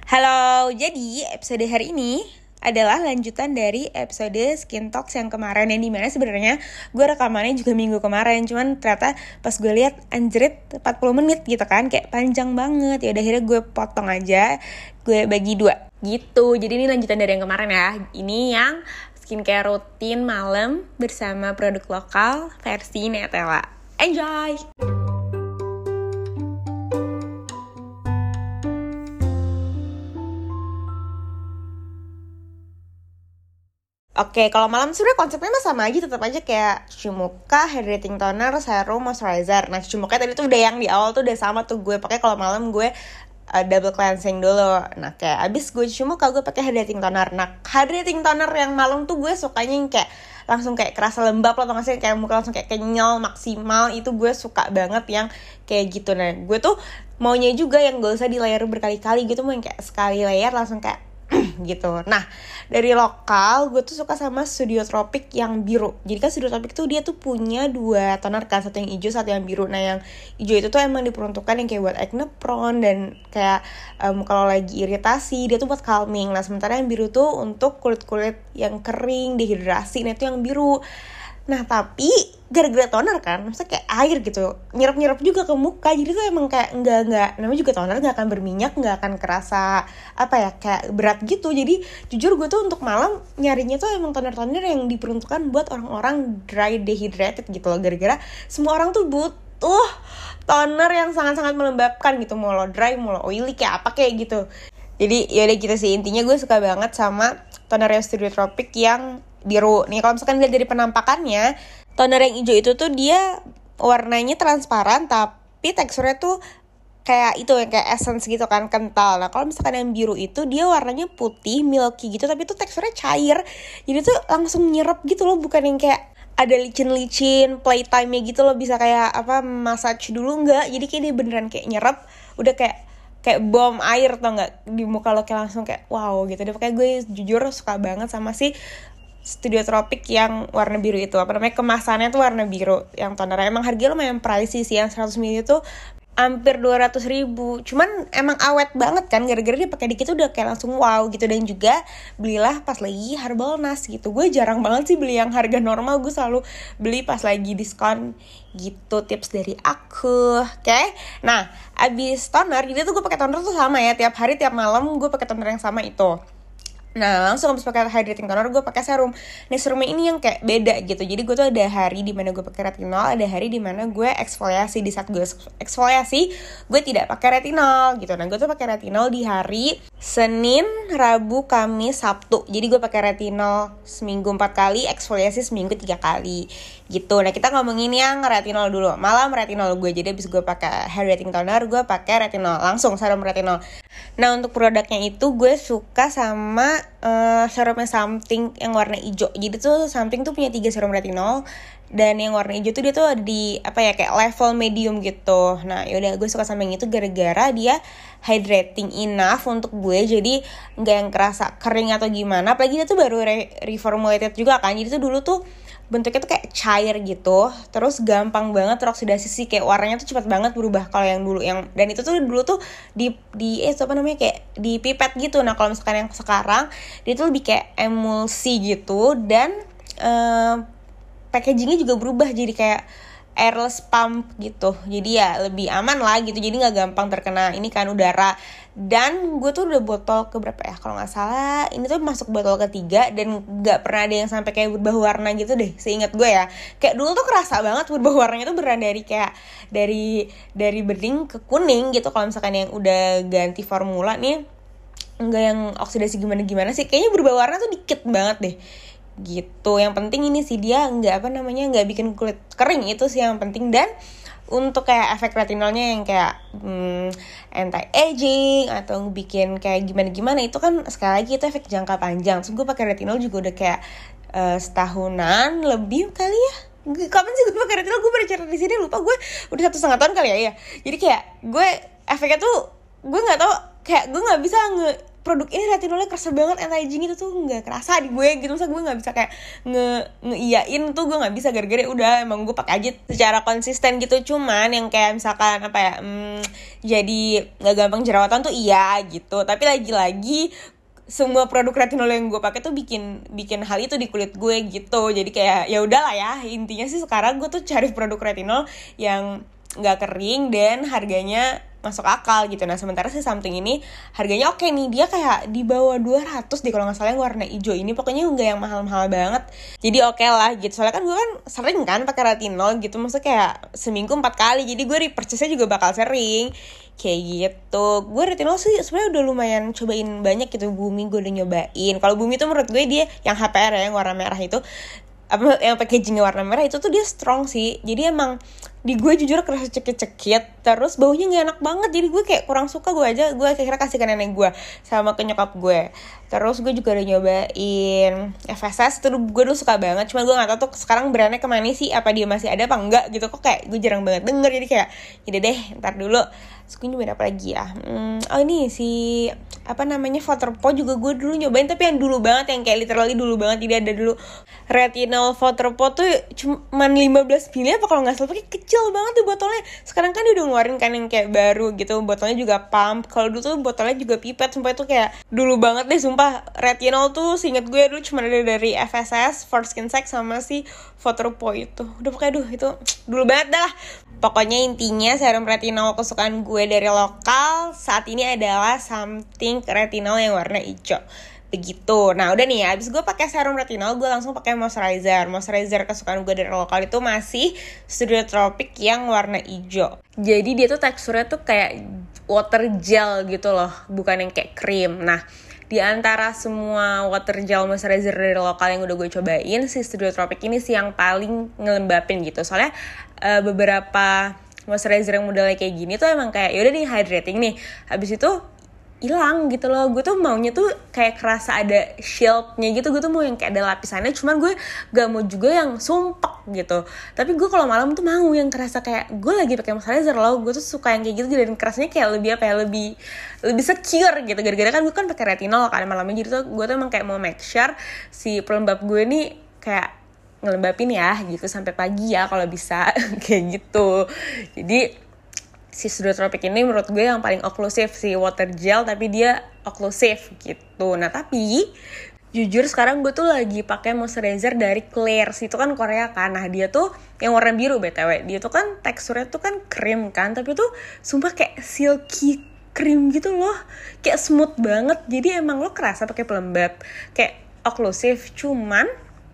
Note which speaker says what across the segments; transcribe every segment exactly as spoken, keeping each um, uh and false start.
Speaker 1: Halo, jadi episode hari ini adalah lanjutan dari episode Skin Talks yang kemarin, yang dimana sebenarnya gue rekamannya juga minggu kemarin, cuman ternyata pas gue lihat anjrit empat puluh menit gitu kan, kayak panjang banget. Ya udah akhirnya gue potong aja, gue bagi dua gitu. Jadi ini lanjutan dari yang kemarin ya. Ini yang skincare rutin malam bersama produk lokal versi Netela. Enjoy! Oke, kalau malam sebenarnya konsepnya mah sama aja, tetap aja kayak cuci muka, hydrating toner, serum, moisturizer. Nah, cuci muka tadi tuh udah yang di awal tuh udah sama tuh gue pakai. Kalau malam gue uh, double cleansing dulu. Nah, kayak abis gue cuci muka gue pakai hydrating toner. Nah, hydrating toner yang malam tuh gue sukanya yang kayak langsung kayak kerasa lembab loh, atau nggak sih, kayak muka langsung kayak kenyal maksimal. Itu gue suka banget yang kayak gitu. Nah, gue tuh maunya juga yang gak usah di layer berkali-kali gitu, mau yang kayak sekali layer langsung kayak gitu. Nah, dari lokal gue tuh suka sama Studio Tropic yang biru. Jadi kan Studio Tropic tuh dia tuh punya dua toner kan, satu yang hijau, satu yang biru. Nah, yang hijau itu tuh emang diperuntukkan yang kayak buat acne prone dan kayak um, kalau lagi iritasi dia tuh buat calming. Nah, sementara yang biru tuh untuk kulit-kulit yang kering, dehidrasi. Nah, itu yang biru. Nah, tapi gara-gara toner kan, maksudnya kayak air gitu, nyerap-nyerap juga ke muka. Jadi tuh emang kayak enggak-enggak, namanya juga toner, gak akan berminyak, gak akan kerasa, apa ya, kayak berat gitu. Jadi jujur gue tuh untuk malam nyarinya tuh emang toner-toner yang diperuntukkan buat orang-orang dry dehydrated gitu loh. Gara-gara semua orang tuh butuh toner yang sangat-sangat melembabkan gitu, mau lo dry, mau lo oily, kayak apa kayak gitu. Jadi yaudah gitu sih, intinya gue suka banget sama toner yang Studio Tropic yang biru. Nih kalau misalkan dilihat dari penampakannya, toner yang hijau itu tuh dia warnanya transparan tapi teksturnya tuh kayak itu yang kayak essence gitu kan, kental. Nah kalau misalkan yang biru itu dia warnanya putih milky gitu, tapi itu teksturnya cair. Jadi tuh langsung nyerap gitu loh, bukan yang kayak ada licin-licin playtime-nya gitu loh, bisa kayak apa massage dulu, enggak. Jadi kayak dia beneran kayak nyerap, udah kayak kayak bom air tau nggak di muka lo, kayak langsung kayak wow gitu deh. Pokoknya gue jujur suka banget sama si Studio Tropic yang warna biru itu. Apa namanya, kemasannya tuh warna biru yang toner. Emang harganya lumayan pricey sih, yang seratus mililiter tuh hampir dua ratus ribu. Cuman emang awet banget kan, gara-gara dia pakai dikit udah kayak langsung wow gitu. Dan juga belilah pas lagi Harbolnas gitu. Gue jarang banget sih beli yang harga normal, gue selalu beli pas lagi diskon gitu. Tips dari aku. Oke, okay? Nah abis toner, jadi tuh gue pakai toner tuh sama ya, tiap hari tiap malam gue pakai toner yang sama itu. Nah langsung abis pakai hydrating toner gue pakai serum. Nah serumnya ini yang kayak beda gitu. Jadi gue tuh ada hari dimana gue pakai retinol, ada hari dimana gue eksfoliasi. Di saat gue eksfoliasi gue tidak pakai retinol gitu. Nah gue tuh pakai retinol di hari Senin, Rabu, Kamis, Sabtu. Jadi gue pakai retinol seminggu empat kali, eksfoliasi seminggu tiga kali gitu. Nah kita ngomongin yang retinol dulu. Malam retinol gue, jadi abis gue pakai hydrating toner gue pakai retinol, langsung serum retinol. Nah untuk produknya itu gue suka sama uh, serumnya Something yang warna hijau. Jadi tuh Something tuh punya tiga serum retinol, dan yang warna hijau tuh dia tuh ada di apa ya, kayak level medium gitu. Nah yaudah gue suka sama yang itu gara-gara dia hydrating enough untuk gue, jadi nggak yang kerasa kering atau gimana. Apalagi dia tuh baru re- reformulated juga kan, jadi tuh dulu tuh bentuknya tuh kayak cair gitu, terus gampang banget teroksidasi sih, kayak warnanya tuh cepat banget berubah. Kalau yang dulu yang dan itu tuh dulu tuh di di eh apa namanya kayak di pipet gitu. Nah kalau misalkan yang sekarang dia tuh lebih kayak emulsi gitu, dan uh, packagingnya juga berubah jadi kayak airless pump gitu. Jadi ya lebih aman lah gitu, jadi nggak gampang terkena ini kan udara. Dan gue tuh udah botol keberapa ya, kalau nggak salah ini tuh masuk botol ketiga, dan nggak pernah ada yang sampai kayak berubah warna gitu deh, seingat gue ya. Kayak dulu tuh kerasa banget berubah warnanya tuh beneran dari kayak dari dari bening ke kuning gitu. Kalau misalkan yang udah ganti formula nih, nggak yang oksidasi gimana-gimana sih, kayaknya berubah warna tuh dikit banget deh gitu. Yang penting ini sih dia nggak apa namanya nggak bikin kulit kering, itu sih yang penting. Dan untuk kayak efek retinolnya yang kayak hmm, anti-aging atau bikin kayak gimana-gimana, itu kan sekali lagi itu efek jangka panjang. Terus gue pakai retinol juga udah kayak uh, setahunan lebih kali ya. Kapan sih gue pakai retinol? Gue baru cerita di sini, lupa gue udah satu setengah tahun kali ya ya. Jadi kayak gue efeknya tuh gue nggak tahu, kayak gue nggak bisa nge produk ini retinolnya kerasa banget, anti-aging itu tuh nggak kerasa di gue gitu. Misalnya gue nggak bisa kayak nge ngeiyain tuh, gue nggak bisa gara-gara udah emang gue pakai aja secara konsisten gitu. Cuman yang kayak misalkan apa ya, hmm, jadi nggak gampang jerawatan tuh iya gitu. Tapi lagi-lagi semua produk retinol yang gue pakai tuh bikin bikin hal itu di kulit gue gitu. Jadi kayak ya udahlah ya, intinya sih sekarang gue tuh cari produk retinol yang nggak kering dan harganya masuk akal gitu. Nah sementara si Something ini harganya oke nih, dia kayak di bawah dua ratus deh kalau nggak salah yang warna hijau ini, pokoknya nggak yang mahal-mahal banget, jadi oke lah gitu. Soalnya kan gue kan sering kan pakai retinol gitu, maksudnya kayak seminggu empat kali, jadi gue repurchase-nya juga bakal sering kayak gitu. Gue retinol sih sebenarnya udah lumayan cobain banyak gitu. Bumi gue udah nyobain. Kalau Bumi tuh menurut gue dia yang H P R ya, yang warna merah itu, apa yang packagingnya warna merah itu tuh dia strong sih. Jadi emang di gue jujur kerasa cekit-cekit, terus baunya nggak enak banget. Jadi gue kayak kurang suka. Gue aja gue akhirnya kasih ke nenek gue sama ke nyokap gue. Terus gue juga udah nyobain F S S, itu gue dulu suka banget. Cuma gue nggak tahu tuh sekarang brandnya kemana sih, apa dia masih ada apa enggak gitu. Kok kayak gue jarang banget denger, jadi kayak jadi deh ntar dulu. Terus gue nyobain apa lagi ya, hmm, oh ini si apa namanya Waterpo juga gue dulu nyobain, tapi yang dulu banget, yang kayak literally dulu banget. Jadi ada dulu retinol Waterpo tuh cuman lima belas mili apa kalau nggak salah, pakai kecil banget tuh botolnya. Sekarang kan dia udah ngeluarin kan yang kayak baru gitu, botolnya juga pump. Kalau dulu tuh botolnya juga pipet, sumpah itu kayak dulu banget deh sumpah. Retinol tuh seinget gue dulu cuma ada dari F S S, For Skin Sex, sama si Waterpo itu. Udah pokoknya duh itu dulu banget dah. Pokoknya intinya serum retinol kesukaan gue dari lokal saat ini adalah Something retinol yang warna hijau. Begitu. Nah udah nih ya, abis gue pakai serum retinol, gue langsung pakai moisturizer. Moisturizer kesukaan gue dari lokal itu masih Studio Tropic yang warna hijau. Jadi dia tuh teksturnya tuh kayak water gel gitu loh, bukan yang kayak krim. Nah di antara semua water gel moisturizer dari lokal yang udah gue cobain, si Studio Tropic ini sih yang paling ngelembapin gitu. Soalnya uh, beberapa moisturizer yang modelnya kayak gini tuh emang kayak yaudah nih hydrating nih, habis itu hilang gitu loh. Gue tuh maunya tuh kayak kerasa ada shieldnya gitu. Gue tuh mau yang kayak ada lapisannya, cuman gue gak mau juga yang sumpek gitu. Tapi gue kalau malam tuh mau yang kerasa kayak gue lagi pakai moisturizer loh. Gue tuh suka yang kayak gitu, dan kerasanya kayak lebih apa ya, lebih lebih secure gitu. Gara-gara kan gue kan pakai retinol kan malamnya, jadi tuh gue tuh emang kayak mau make sure si pelembab gue nih kayak ngelembapin ya gitu sampai pagi ya kalau bisa kayak gitu. Jadi si Studio Tropic ini menurut gue yang paling oklusif, si water gel tapi dia oklusif gitu. Nah tapi jujur sekarang gue tuh lagi pakai moisturizer dari Klairs, itu kan Korea kan. Nah dia tuh yang warna biru B T W, dia tuh kan teksturnya tuh kan krim kan, tapi tuh sumpah kayak silky krim gitu loh, kayak smooth banget. Jadi emang lo kerasa pakai pelembab, kayak oklusif, cuman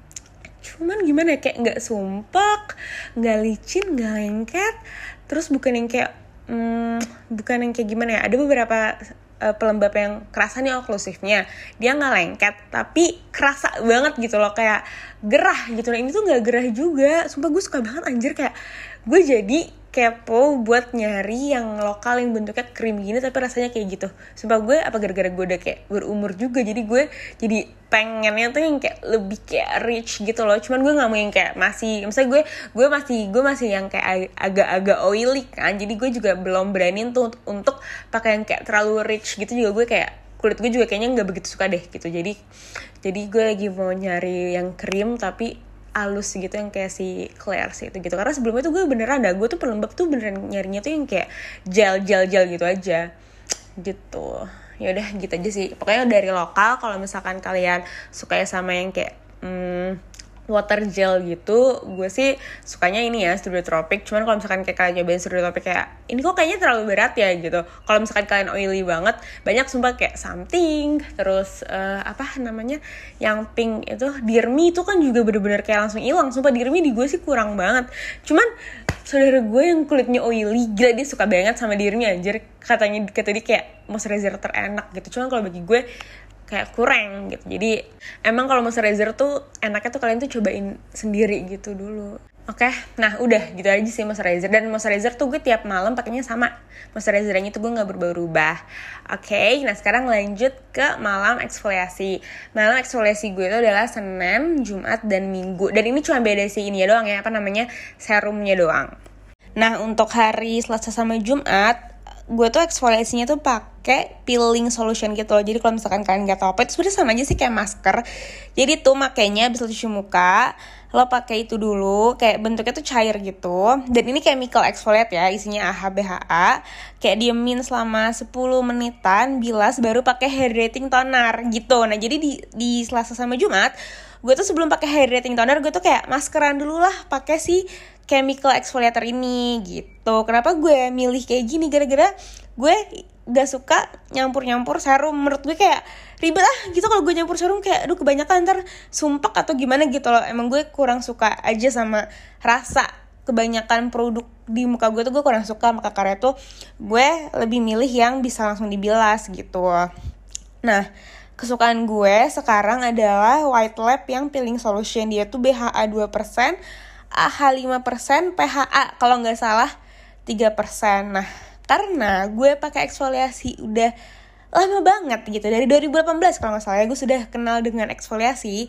Speaker 1: cuman gimana ya, kayak nggak sumpek, nggak licin, nggak lengket. Terus bukan yang kayak Hmm, bukan yang kayak gimana ya, ada beberapa uh, pelembab yang kerasa nih oklusifnya, dia nggak lengket tapi kerasa banget gitu loh, kayak gerah gitu. Nah ini tuh nggak gerah juga, sumpah gue suka banget anjir. Kayak gue jadi kepo buat nyari yang lokal yang bentuknya krim gini tapi rasanya kayak gitu. Sumpah gue apa gara-gara gue udah kayak berumur juga, jadi gue jadi pengennya tuh yang kayak lebih kayak rich gitu loh. Cuman gue nggak mau yang kayak masih, misalnya gue gue masih gue masih yang kayak agak-agak oily kan. Jadi gue juga belum berani tuh untuk, untuk pakai yang kayak terlalu rich gitu. Juga gue kayak kulit gue juga kayaknya nggak begitu suka deh gitu. Jadi jadi gue lagi mau nyari yang krim tapi alus gitu, yang kayak si Klairs itu gitu. Karena sebelumnya tuh gue beneran dah, gue tuh pelembab tuh beneran nyarinya tuh yang kayak gel-gel-gel gitu aja gitu. Ya udah gitu aja sih pokoknya dari lokal. Kalau misalkan kalian suka ya sama yang kayak hmm, water gel gitu, gue sih sukanya ini ya Studio Tropic. Cuman kalau misalkan kayak kalian nyobain Studio Tropic kayak ini kok kayaknya terlalu berat ya gitu, kalau misalkan kalian oily banget, banyak sumpah kayak Something, terus uh, apa namanya yang pink itu Dear Me, itu kan juga bener-bener kayak langsung hilang. Sumpah Dear Me di gue sih kurang banget. Cuman saudara gue yang kulitnya oily, gila dia suka banget sama Dear Me anjir. Katanya kata dia kayak moisturizer terenak gitu. Cuman kalau bagi gue kayak kurang gitu. Jadi emang kalau moisturizer tuh enaknya tuh kalian tuh cobain sendiri gitu dulu. Oke, okay? Nah udah gitu aja sih moisturizer. Dan moisturizer tuh gue tiap malam pakainya sama. Moisturizernya tuh gue gak berubah-ubah. Oke, okay? Nah sekarang lanjut ke malam eksfoliasi. Malam eksfoliasi gue itu adalah Senin, Jumat, dan Minggu. Dan ini cuma beda sih ini ya doang ya, apa namanya, serumnya doang. Nah untuk hari Selasa sama Jumat, gue tuh eksfoliasinya tuh pakai pakai peeling solution gitu loh. Jadi kalau misalkan kalian nggak tahu apa itu sebenarnya sama aja sih kayak masker. Jadi tuh makainya abis lo cuci muka, lo pakai itu dulu, kayak bentuknya tuh cair gitu. Dan ini chemical exfoliate ya, isinya A H B H A. Kayak diemin selama sepuluh menitan, bilas, baru pakai hydrating toner gitu. Nah jadi di di Selasa sama Jumat, gue tuh sebelum pakai hydrating toner, gue tuh kayak maskeran dulu lah pakai si chemical exfoliator ini gitu. Kenapa gue milih kayak gini? Gara-gara gue gak suka nyampur-nyampur serum. Menurut gue kayak ribet ah gitu kalau gue nyampur serum, kayak aduh kebanyakan ntar sumpek atau gimana gitu loh. Emang gue kurang suka aja sama rasa kebanyakan produk di muka gue tuh, gue kurang suka. Maka karena tuh gue lebih milih yang bisa langsung dibilas gitu. Nah kesukaan gue sekarang adalah White Lab yang peeling solution. Dia tuh B H A dua persen, A H lima persen, P H A kalau nggak salah tiga persen. Nah karena gue pakai eksfoliasi udah lama banget gitu, dari dua ribu delapan belas kalau nggak salah ya, gue sudah kenal dengan eksfoliasi.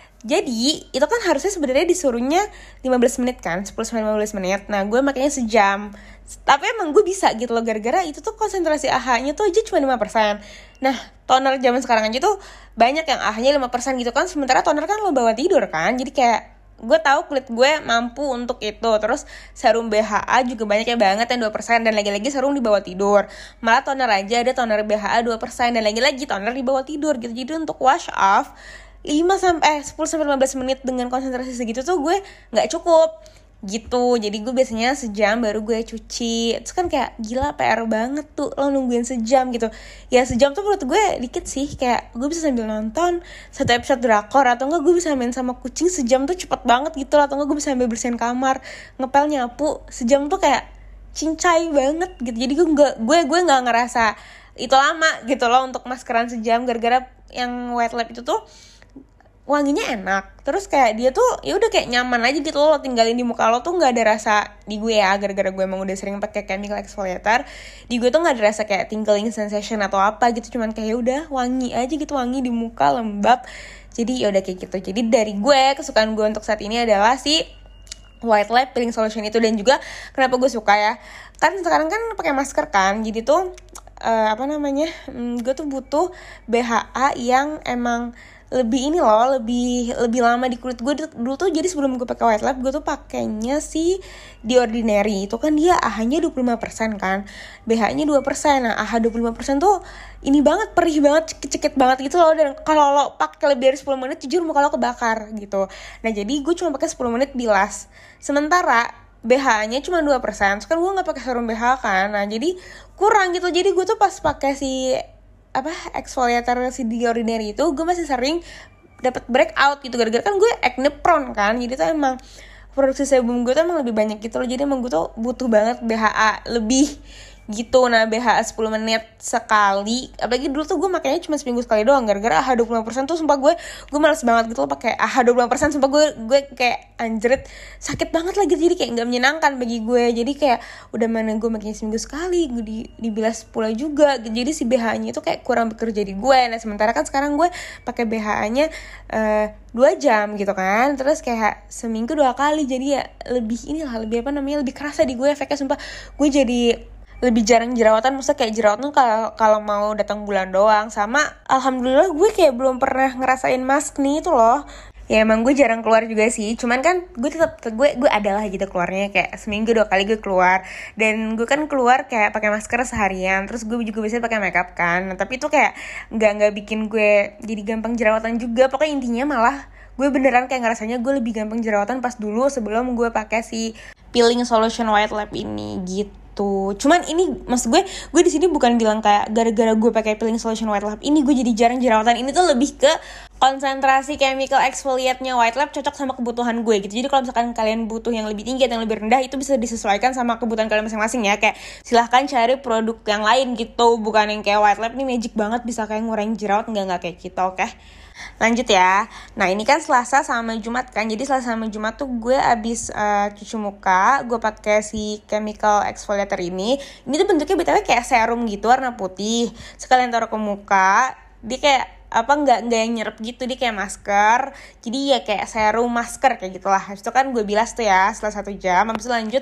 Speaker 1: Jadi itu kan harusnya sebenarnya disuruhnya lima belas menit kan, sepuluh sampai lima belas menit. Nah gue makanya sejam. Tapi emang gue bisa gitu loh, gara-gara itu tuh konsentrasi A H-nya tuh aja cuma lima persen. Nah toner zaman sekarang aja tuh banyak yang A H-nya lima persen gitu kan. Sementara toner kan lo bawa tidur kan, jadi kayak gue tahu kulit gue mampu untuk itu. Terus serum B H A juga banyaknya banget yang dua persen, dan lagi-lagi serum dibawa tidur. Malah toner aja ada toner B H A dua persen, dan lagi-lagi toner dibawa tidur gitu. Jadi untuk wash off lima sampai sepuluh sampai lima belas menit dengan konsentrasi segitu tuh gue nggak cukup gitu. Jadi gue biasanya sejam baru gue cuci. Itu kan kayak gila P R banget tuh lo nungguin sejam gitu. Ya sejam tuh menurut gue dikit sih. Kayak gue bisa sambil nonton satu episode drakor, atau enggak gue bisa main sama kucing sejam tuh cepet banget gitu. Atau enggak gue bisa sambil bersihin kamar, ngepel, nyapu. Sejam tuh kayak cincai banget gitu. Jadi gue nggak gue gue nggak ngerasa itu lama gitu loh untuk maskeran sejam, gara-gara yang White Lab itu tuh wanginya enak. Terus kayak dia tuh ya udah kayak nyaman aja gitu loh, lo tinggalin di muka lo tuh nggak ada rasa. Di gue ya, gara-gara gue emang udah sering pakai chemical exfoliator, di gue tuh nggak ada rasa kayak tingling sensation atau apa gitu. Cuman kayak ya udah wangi aja gitu, wangi di muka, lembab. Jadi ya udah kayak gitu. Jadi dari gue kesukaan gue untuk saat ini adalah si White Lab peeling solution itu. Dan juga kenapa gue suka ya, kan sekarang kan pakai masker kan, jadi tuh uh, apa namanya hmm, gue tuh butuh B H A yang emang lebih ini loh, lebih lebih lama di kulit gue dulu tuh. Jadi sebelum gue pakai White Lab, gue tuh pakainya si The Ordinary. Itu kan dia A H-nya dua puluh lima persen kan, B H-nya dua persen. Nah A H dua puluh lima persen tuh ini banget, perih banget, cekit banget gitu loh. Dan kalau lo pakai lebih dari sepuluh menit, jujur muka lo kebakar gitu. Nah jadi gue cuma pakai sepuluh menit bilas. Sementara B H-nya cuma dua persen. Terus kan gue gak pakai serum B H kan. Nah jadi kurang gitu. Jadi gue tuh pas pakai si apa exfoliator si The Ordinary itu, gue masih sering dapat breakout gitu, gara-gara kan gue acne prone kan. Jadi tuh emang produksi sebum gue tuh emang lebih banyak gitu loh. Jadi emang gue tuh butuh banget B H A lebih gitu. Nah B H A sepuluh menit sekali, apalagi dulu tuh gue makanya cuma seminggu sekali doang, gara-gara A H dua puluh lima persen tuh sumpah gue gue malas banget gitu loh pakai A H dua puluh lima persen. Sumpah gue gue kayak anjrit sakit banget lagi, jadi kayak nggak menyenangkan bagi gue. Jadi kayak udah mana gue makanya seminggu sekali, gue di, dibilas pula juga. Jadi si B H A nya itu kayak kurang bekerja di gue. Nah sementara kan sekarang gue pakai B H A nya uh, dua jam gitu kan, terus kayak seminggu dua kali. Jadi ya lebih inilah, lebih apa namanya, lebih kerasa di gue efeknya. Sumpah gue jadi lebih jarang jerawatan. Maksudnya kayak jerawat tuh kalau kalau mau datang bulan doang. Sama alhamdulillah gue kayak belum pernah ngerasain mask nih itu loh. Ya emang gue jarang keluar juga sih, cuman kan gue tetap gue gue adalah gitu keluarnya kayak seminggu dua kali gue keluar. Dan gue kan keluar kayak pakai masker seharian, terus gue juga biasanya pakai makeup kan. Nah, tapi itu kayak nggak nggak bikin gue jadi gampang jerawatan juga. Pokoknya intinya malah gue beneran kayak ngerasanya gue lebih gampang jerawatan pas dulu sebelum gue pakai si peeling solution White Lab ini gitu. Tuh, cuman ini maksud gue, gue di sini bukan bilang kayak gara-gara gue pakai peeling solution White Lab ini gue jadi jarang jerawatan. Ini tuh lebih ke konsentrasi chemical exfoliate-nya White Lab cocok sama kebutuhan gue gitu. Jadi kalau misalkan kalian butuh yang lebih tinggi atau yang lebih rendah, itu bisa disesuaikan sama kebutuhan kalian masing-masing ya. Kayak silahkan cari produk yang lain gitu, bukan yang kayak White Lab nih magic banget bisa kayak ngurangin jerawat. Enggak enggak kayak gitu, oke? Lanjut ya. Nah ini kan Selasa sama Jumat kan. Jadi Selasa sama Jumat tuh gue abis uh, cuci muka, gue pakai si chemical exfoliator ini. Ini tuh bentuknya btw kayak serum gitu warna putih. Sekalian taruh ke muka. Dia kayak apa nggak nggak yang nyerap gitu, dia kayak masker. Jadi ya kayak serum masker kayak gitulah. Habis itu kan gue bilas tuh ya setelah satu jam. Habis itu lanjut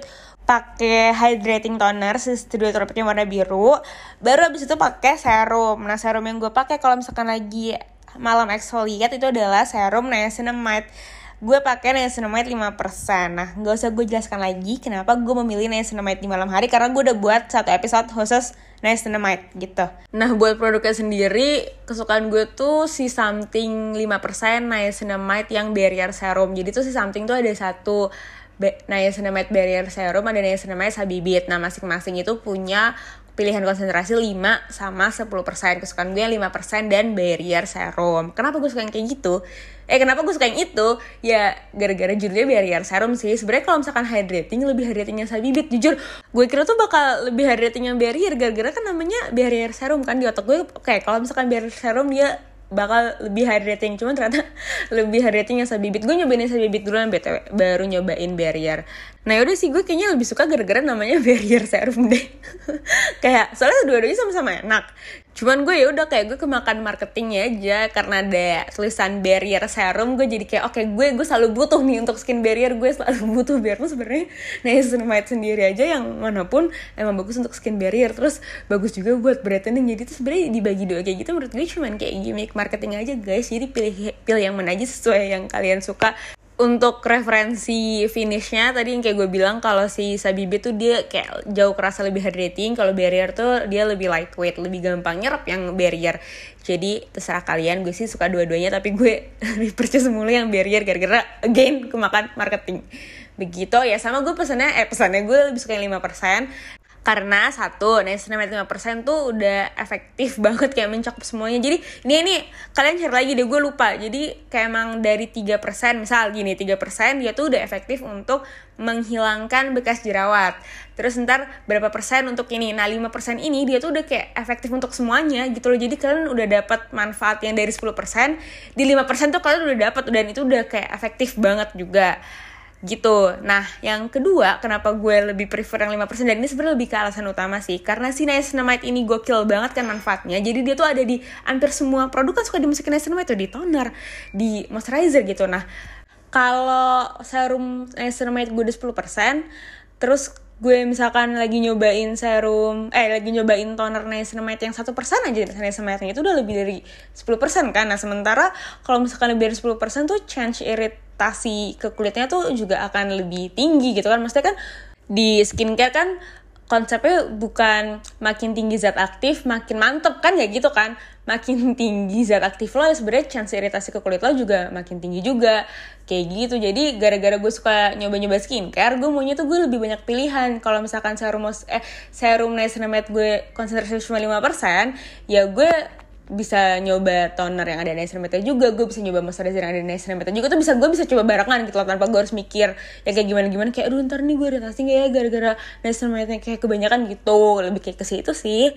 Speaker 1: pakai hydrating toner si Studio Tropicnya warna biru, baru abis itu pakai serum. Nah serum yang gue pakai kalau misalkan lagi malam exfoliate itu adalah serum niacinamide. Gue pakai niacinamide lima persen. Nah gak usah gue jelaskan lagi kenapa gue memilih niacinamide di malam hari, karena gue udah buat satu episode khusus niacinamide gitu. Nah buat produknya sendiri, kesukaan gue tuh si Something lima persen niacinamide yang barrier serum. Jadi tuh si Something tuh ada satu niacinamide barrier serum, ada niacinamide sabibit. Nah masing-masing itu punya pilihan konsentrasi lima sama sepuluh persen. Kesukaan gue yang lima persen dan barrier serum. Kenapa gue suka yang kayak gitu? Eh kenapa gue suka yang itu? Ya gara-gara judulnya barrier serum sih. Sebenarnya kalau misalkan hydrating, lebih hydratingnya sabibit. Jujur gue kira tuh bakal lebih hydrating yang barrier, gara-gara kan namanya barrier serum kan. Di otak gue kayak kalau misalkan barrier serum dia bakal lebih hydrating, cuman ternyata lebih hydrating yang sabibit. Gue nyobain yang sabibit duluan B T W, baru nyobain barrier. Nah yaudah sih, gue kayaknya lebih suka gara-gara namanya barrier serum deh. Kayak soalnya dua-duanya sama-sama enak, cuman gue ya udah kayak gue kemakan marketingnya aja, karena ada tulisan barrier serum. Gue jadi kayak oke, okay, gue gue selalu butuh nih untuk skin barrier, gue selalu butuh biar tuh sebenarnya niacinamide sendiri aja yang manapun emang bagus untuk skin barrier, terus bagus juga buat brightening. Jadi tuh sebenarnya dibagi dua kayak gitu menurut gue cuman kayak gimmick marketing aja guys. Jadi pilih pilih yang mana aja sesuai yang kalian suka. Untuk referensi finishnya tadi yang kayak gue bilang, kalau si sabibit tuh dia kayak jauh kerasa lebih hydrating, kalau barrier tuh dia lebih lightweight, lebih gampang nyerap yang barrier. Jadi terserah kalian, gue sih suka dua-duanya, tapi gue repurchase mulu yang barrier gara-gara again kemakan marketing. Begitu ya, sama gue pesannya eh pesannya gue lebih suka yang lima persen. Karena satu, niacinamide lima persen tuh udah efektif banget, kayak mencakup semuanya. Jadi ini ini kalian cari lagi deh, gue lupa. Jadi kayak emang dari tiga persen, misal gini, tiga persen dia tuh udah efektif untuk menghilangkan bekas jerawat. Terus ntar berapa persen untuk ini. Nah lima persen ini dia tuh udah kayak efektif untuk semuanya gitu loh. Jadi kalian udah dapat manfaat yang dari sepuluh persen, di lima persen tuh kalian udah dapat, dan itu udah kayak efektif banget juga gitu. Nah yang kedua, kenapa gue lebih prefer yang lima persen, dan ini sebenarnya lebih ke alasan utama sih, karena si niacinamide ini gokil banget kan manfaatnya. Jadi dia tuh ada di hampir semua produk kan, suka dimasukin niacinamide tuh di toner, di moisturizer gitu. Nah kalau serum niacinamide gue udah sepuluh persen, terus gue misalkan lagi nyobain serum eh lagi nyobain toner niacinamide yang satu persen aja, niacinamide-nya itu udah lebih dari sepuluh persen kan. Nah sementara kalau misalkan lebih dari sepuluh persen tuh chance iritasi ke kulitnya tuh juga akan lebih tinggi gitu kan. Maksudnya kan di skincare kan konsepnya bukan makin tinggi zat aktif makin mantep kan, gak gitu kan. Makin tinggi zat aktif lo, sebenarnya chance iritasi ke kulit lo juga makin tinggi juga, kayak gitu. Jadi gara-gara gue suka nyoba-nyoba skincare, gue maunya tuh gue lebih banyak pilihan. Kalau misalkan serum eh serum niacinamide gue konsentrasi cuma lima persen, ya gue bisa nyoba toner yang ada niacinamide juga, gue bisa nyoba moisturizer yang ada niacinamide juga, tuh bisa gue bisa coba barengan gitu loh, tanpa gue harus mikir ya kayak gimana-gimana, kayak aduh ntar nih gue iritasi gak ya gara-gara niacinamide kayak kebanyakan gitu. Lebih kayak ke situ sih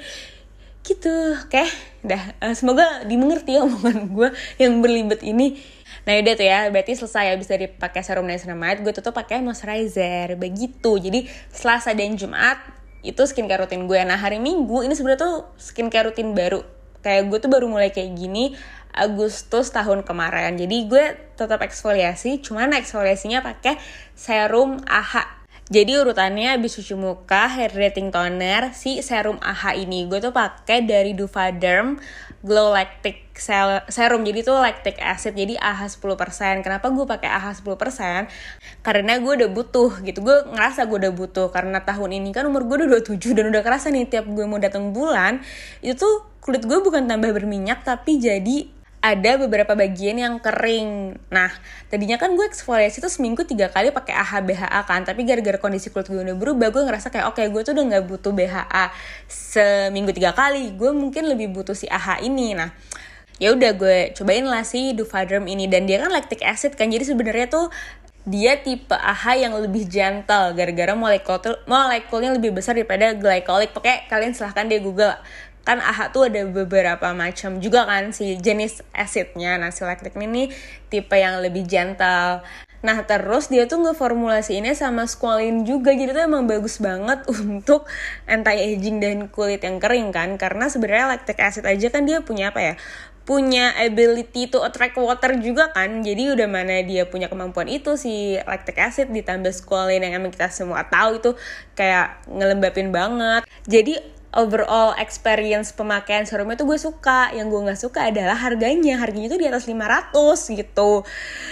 Speaker 1: gitu. Oke dah, uh, semoga dimengerti ya omongan gue yang berlibat ini. Nah udah tuh ya, berarti selesai habis dari pakai serum niacinamide, gue tuh tuh pakai moisturizer begitu. Jadi Selasa dan Jumat itu skincare rutin gue. Nah hari Minggu ini sebenarnya tuh skincare rutin baru. Kayak gue tuh baru mulai kayak gini Agustus tahun kemarin. Jadi gue tetap eksfoliasi, cuman eksfoliasinya pakai serum A H. Jadi urutannya habis cuci muka, hydrating toner, si serum A H ini gue tuh pakai dari Duvaderm Glow Lactic Serum. Jadi tuh lactic acid, jadi A H sepuluh persen. Kenapa gue pakai A H sepuluh persen? Karena gue udah butuh gitu. Gue ngerasa gue udah butuh, karena tahun ini kan umur gue udah dua puluh tujuh, dan udah kerasa nih tiap gue mau datang bulan itu tuh kulit gue bukan tambah berminyak, tapi jadi ada beberapa bagian yang kering. Nah, tadinya kan gue eksfoliasi tuh seminggu tiga kali pakai A H B H A kan, tapi gara-gara kondisi kulit gue udah berubah, gue ngerasa kayak oke, okay, gue tuh udah nggak butuh B H A seminggu tiga kali. Gue mungkin lebih butuh si A H ini. Nah, ya udah gue cobain lah si Duvaderm ini, dan dia kan lactic acid kan, jadi sebenarnya tuh dia tipe A H yang lebih gentle, gara-gara molekul molekulnya lebih besar daripada glycolic. Pokoknya kalian silahkan deh Google. Kan A H tuh ada beberapa macam juga kan si jenis acidnya. Nah si lactic ini tipe yang lebih gentle. Nah terus dia tuh ngeformulasiinnya sama squalene juga, jadi tuh emang bagus banget untuk anti-aging dan kulit yang kering kan. Karena sebenarnya lactic acid aja kan dia punya apa ya, punya ability to attract water juga kan. Jadi udah mana dia punya kemampuan itu si lactic acid ditambah squalene yang emang kita semua tahu itu kayak ngelembapin banget. Jadi overall experience pemakaian serumnya tuh gue suka. Yang gue gak suka adalah harganya. Harganya tuh di atas lima ratus gitu.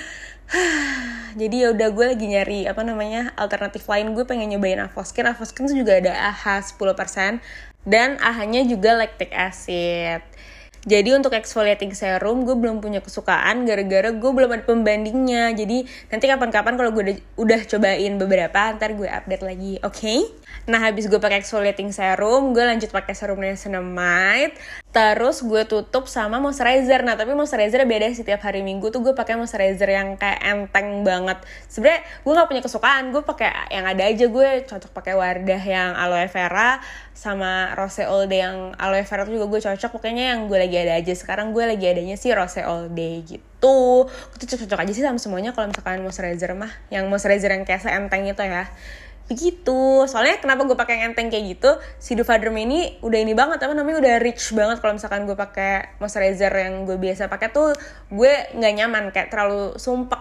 Speaker 1: Jadi ya udah gue lagi nyari apa namanya alternatif lain. Gue pengen nyobain Avoskin. Avoskin tuh juga ada A H sepuluh persen dan A H-nya juga lactic acid. Jadi untuk exfoliating serum gue belum punya kesukaan gara-gara gue belum ada pembandingnya. Jadi nanti kapan-kapan kalau gue udah, udah cobain beberapa ntar gue update lagi, oke? Okay? Nah habis gue pakai exfoliating serum, gue lanjut pakai serum niacinamide. Terus gue tutup sama moisturizer. Nah tapi moisturizer beda sih, tiap hari Minggu tuh gue pakai moisturizer yang kayak enteng banget. Sebenarnya gue nggak punya kesukaan, gue pakai yang ada aja. Gue cocok pakai Wardah yang aloe vera sama Rose All Day yang aloe vera tuh juga gue cocok. Pokoknya yang gue lagi ada aja. Sekarang gue lagi adanya sih Rose All Day gitu. Itu cocok aja sih sama semuanya kalau misalkan moisturizer mah. Yang moisturizer yang kayak seenteng itu ya. Begitu. Soalnya kenapa gue pakai yang enteng kayak gitu? Si Juvederm ini udah ini banget, apa namanya, udah rich banget. Kalau misalkan gue pakai moisturizer yang gue biasa pakai tuh gue nggak nyaman, kayak terlalu sumpek.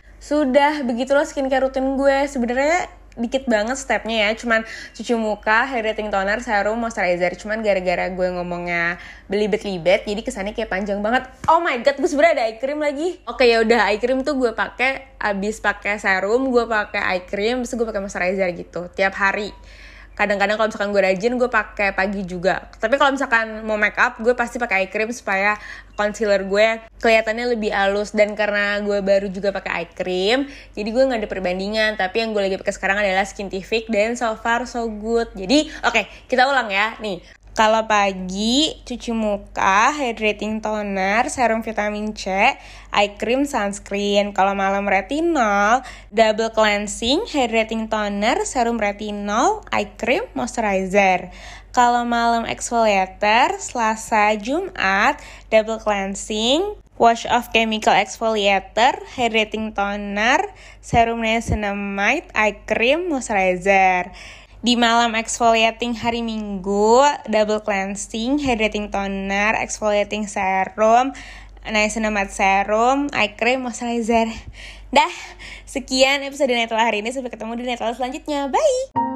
Speaker 1: Sudah begitulah skincare rutin gue. Sebenarnya dikit banget stepnya ya, cuman cuci muka, hydrating toner, serum, moisturizer. Cuman gara-gara gue ngomongnya belibet-libet, jadi kesannya kayak panjang banget. Oh my god, gue sebenarnya ada eye cream lagi. Oke ya udah, eye cream tuh gue pakai abis pakai serum, gue pakai eye cream, terus gue pakai moisturizer gitu tiap hari. Kadang-kadang kalau misalkan gue rajin, gue pakai pagi juga. Tapi kalau misalkan mau make up, gue pasti pakai eye cream supaya concealer gue kelihatannya lebih halus. Dan karena gue baru juga pakai eye cream, jadi gue nggak ada perbandingan. Tapi yang gue lagi pakai sekarang adalah Skintific dan so far so good. Jadi oke, okay, kita ulang ya. Nih, kalau pagi cuci muka, hydrating toner, serum vitamin C, eye cream, sunscreen. Kalau malam retinol, double cleansing, hydrating toner, serum retinol, eye cream, moisturizer. Kalau malam exfoliator, Selasa, Jumat, double cleansing, wash off chemical exfoliator, hydrating toner, serum niacinamide, eye cream, moisturizer. Di malam exfoliating hari Minggu, double cleansing, hydrating toner, exfoliating serum, niacinamide serum, eye cream, moisturizer. Dah, sekian episode Netral hari ini. Sampai ketemu di Netral selanjutnya. Bye!